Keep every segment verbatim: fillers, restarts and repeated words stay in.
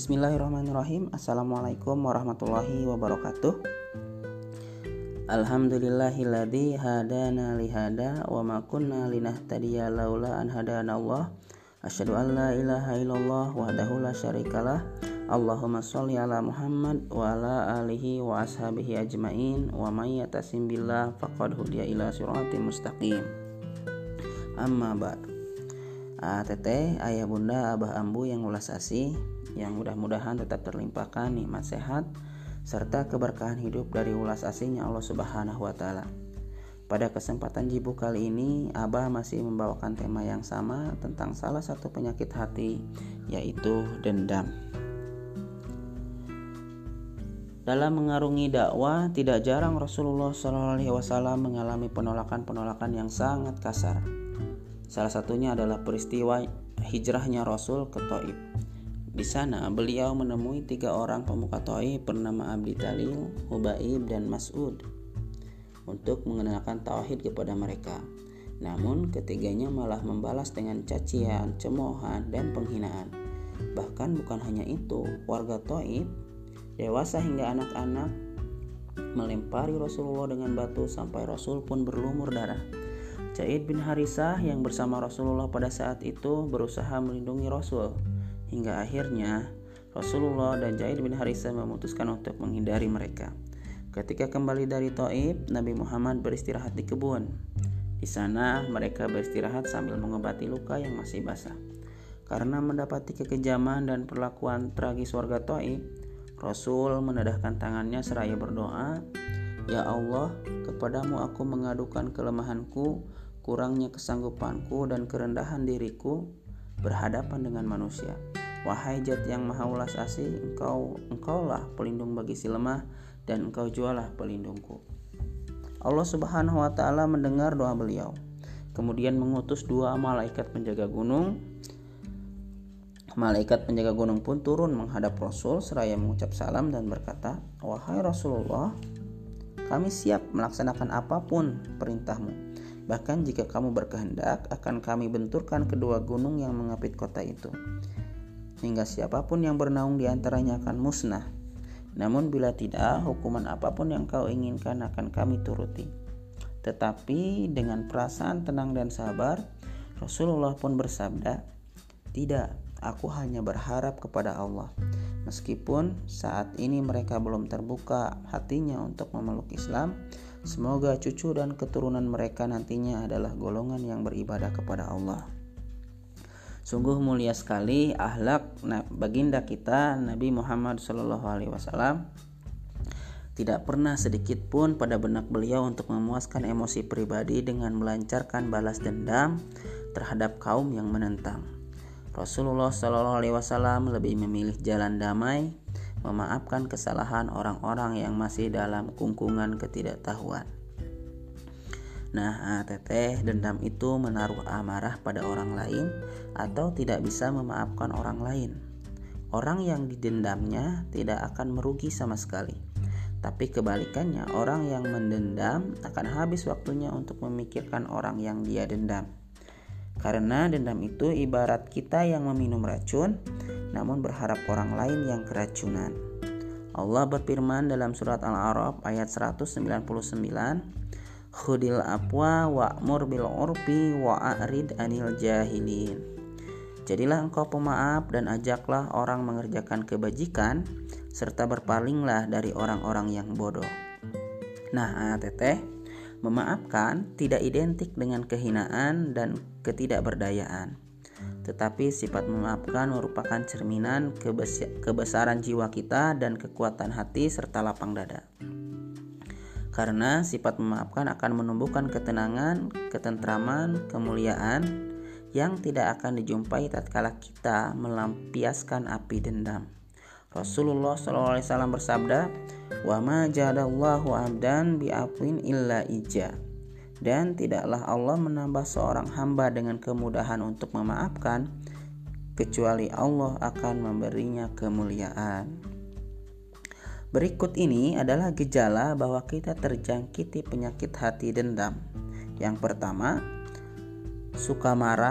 Bismillahirrahmanirrahim. Assalamualaikum warahmatullahi wabarakatuh. Alhamdulillahilladzi hadana lihada wa ma kunna linahtadiya laula an hadanallah. Asyhadu an la ilaha illallah wahdahu la syarikalah. Allahumma sholli ala Muhammad wa ala alihi wa ashabihi ajmain wa may yatasim billah faqad hudiya ila siratal mustaqim. Amma ba'd. Ah, teteh, ayah bunda, abah ambu yang ulas asih, yang mudah-mudahan tetap terlimpahkan nikmat sehat serta keberkahan hidup dari ulas asihnya Allah Subhanahu wa taala. Pada kesempatan jibu kali ini, abah masih membawakan tema yang sama tentang salah satu penyakit hati, yaitu dendam. Dalam mengarungi dakwah, tidak jarang Rasulullah shallallahu alaihi wasallam mengalami penolakan-penolakan yang sangat kasar. Salah satunya adalah peristiwa hijrahnya Rasul ke Thaif. Di sana beliau menemui tiga orang pemuka Thaif bernama Abi Talil, Hubaib, dan Mas'ud untuk mengenalkan tauhid kepada mereka. Namun ketiganya malah membalas dengan cacian, cemoohan, dan penghinaan. Bahkan bukan hanya itu, warga Thaif, dewasa hingga anak-anak, melempari Rasulullah dengan batu sampai Rasul pun berlumur darah. Zaid bin Harisah yang bersama Rasulullah pada saat itu berusaha melindungi Rasul, hingga akhirnya Rasulullah dan Zaid bin Harisah memutuskan untuk menghindari mereka. Ketika kembali dari Thaif, Nabi Muhammad beristirahat di kebun. Di sana mereka beristirahat sambil mengobati luka yang masih basah. Karena mendapati kekejaman dan perlakuan tragis warga Thaif, Rasul menadahkan tangannya seraya berdoa, "Ya Allah, kepadamu aku mengadukan kelemahanku, kurangnya kesanggupanku, dan kerendahan diriku berhadapan dengan manusia. Wahai Zat yang maha ulas asih, engkau engkaulah pelindung bagi si lemah, dan engkau jualah pelindungku." Allah Subhanahu wa taala mendengar doa beliau, kemudian mengutus dua malaikat penjaga gunung. Malaikat penjaga gunung pun turun menghadap Rasul seraya mengucap salam dan berkata, "Wahai Rasulullah, kami siap melaksanakan apapun perintahmu. Bahkan jika kamu berkehendak, akan kami benturkan kedua gunung yang mengapit kota itu, hingga siapapun yang bernaung di antaranya akan musnah. Namun bila tidak, hukuman apapun yang kau inginkan akan kami turuti." Tetapi dengan perasaan tenang dan sabar, Rasulullah pun bersabda, "Tidak, aku hanya berharap kepada Allah. Meskipun saat ini mereka belum terbuka hatinya untuk memeluk Islam, semoga cucu dan keturunan mereka nantinya adalah golongan yang beribadah kepada Allah." Sungguh mulia sekali akhlak baginda kita Nabi Muhammad shallallahu alaihi wasallam. Tidak pernah sedikit pun pada benak beliau untuk memuaskan emosi pribadi dengan melancarkan balas dendam terhadap kaum yang menentang. Rasulullah shallallahu alaihi wasallam lebih memilih jalan damai, memaafkan kesalahan orang-orang yang masih dalam kungkungan ketidaktahuan. Nah, teteh, dendam itu menaruh amarah pada orang lain atau tidak bisa memaafkan orang lain. Orang yang didendamnya tidak akan merugi sama sekali. Tapi kebalikannya, orang yang mendendam akan habis waktunya untuk memikirkan orang yang dia dendam. Karena dendam itu ibarat kita yang meminum racun, namun berharap orang lain yang keracunan. Allah berfirman dalam surat Al-A'raf ayat seratus sembilan puluh sembilan, "Khudil afwa wa'mur bil 'urfi wa'rid 'anil jahilin." Jadilah engkau pemaaf dan ajaklah orang mengerjakan kebajikan, serta berpalinglah dari orang-orang yang bodoh. Nah, teteh, memaafkan tidak identik dengan kehinaan dan ketidakberdayaan. Tetapi sifat memaafkan merupakan cerminan kebes- kebesaran jiwa kita dan kekuatan hati serta lapang dada. Karena sifat memaafkan akan menumbuhkan ketenangan, ketentraman, kemuliaan yang tidak akan dijumpai tatkala kita melampiaskan api dendam. Rasulullah shallallahu alaihi wasallam bersabda, "Wa ma jadallahu 'abdan bi'afwin illa ija." Dan tidaklah Allah menambah seorang hamba dengan kemudahan untuk memaafkan, kecuali Allah akan memberinya kemuliaan. Berikut ini adalah gejala bahwa kita terjangkiti penyakit hati dendam. Yang pertama, suka marah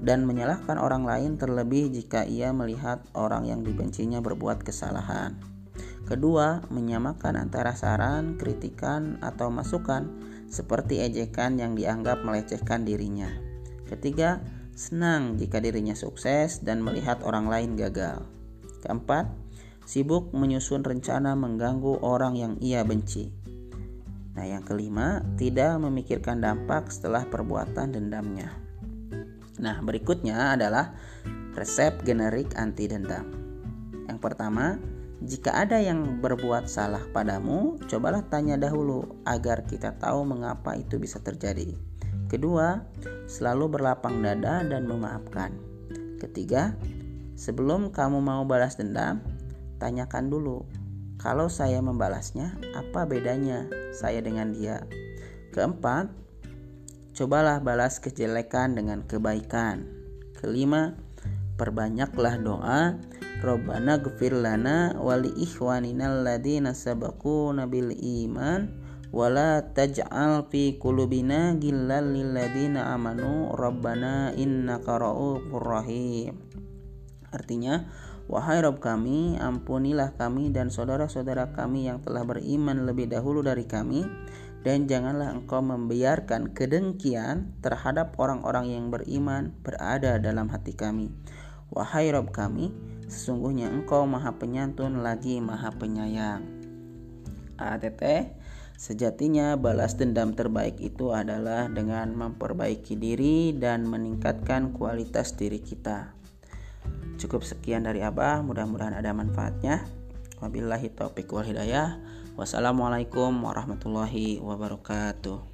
dan menyalahkan orang lain, terlebih jika ia melihat orang yang dibencinya berbuat kesalahan. Kedua, menyamakan antara saran, kritikan, atau masukan seperti ejekan yang dianggap melecehkan dirinya. Ketiga, senang jika dirinya sukses dan melihat orang lain gagal. Keempat, sibuk menyusun rencana mengganggu orang yang ia benci. Nah, yang kelima, tidak memikirkan dampak setelah perbuatan dendamnya. Nah, berikutnya adalah resep generik anti dendam. Yang pertama, jika ada yang berbuat salah padamu, cobalah tanya dahulu agar kita tahu mengapa itu bisa terjadi. Kedua, selalu berlapang dada dan memaafkan. Ketiga, sebelum kamu mau balas dendam, tanyakan dulu, kalau saya membalasnya, apa bedanya saya dengan dia? Keempat, cobalah balas kejelekan dengan kebaikan. Kelima, perbanyaklah doa, Rabbana ghfir lana wa li ikhwanina alladhina sabaquna bil iman wa la taj'al fi qulubina ghillan lil ladzina amanu Rabbana innaka ra'ufur rahim. Artinya, wahai Rabb kami, ampunilah kami dan saudara-saudara kami yang telah beriman lebih dahulu dari kami, dan janganlah engkau membiarkan kedengkian terhadap orang-orang yang beriman berada dalam hati kami. Wahai Rabb kami, sesungguhnya engkau maha penyantun lagi maha penyayang. A T T, sejatinya balas dendam terbaik itu adalah dengan memperbaiki diri dan meningkatkan kualitas diri kita. Cukup sekian dari Abah, mudah-mudahan ada manfaatnya. Wabillahi taufiq wal hidayah. Wassalamualaikum warahmatullahi wabarakatuh.